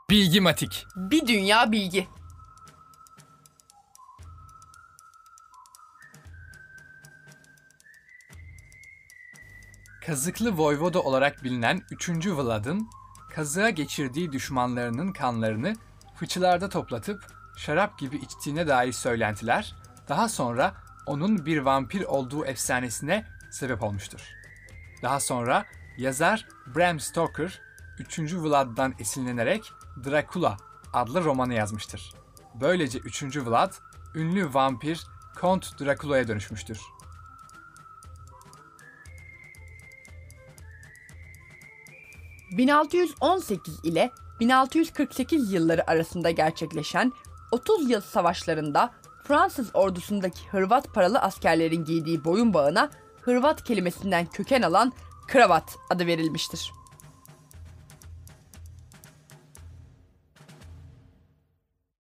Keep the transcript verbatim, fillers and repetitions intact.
Bilgimatik. Bir dünya bilgi. Kazıklı Voyvoda olarak bilinen üçüncü Vlad'ın kazığa geçirdiği düşmanlarının kanlarını fıçılarda toplatıp şarap gibi içtiğine dair söylentiler daha sonra onun bir vampir olduğu efsanesine sebep olmuştur. Daha sonra yazar Bram Stoker üçüncü Vlad'dan esinlenerek Dracula adlı romanı yazmıştır. Böylece üçüncü Vlad ünlü vampir Kont Dracula'ya dönüşmüştür. bin altı yüz on sekiz ile bin altı yüz kırk sekiz yılları arasında gerçekleşen otuz yıl savaşlarında Fransız ordusundaki Hırvat paralı askerlerin giydiği boyun bağına Hırvat kelimesinden köken alan kravat adı verilmiştir.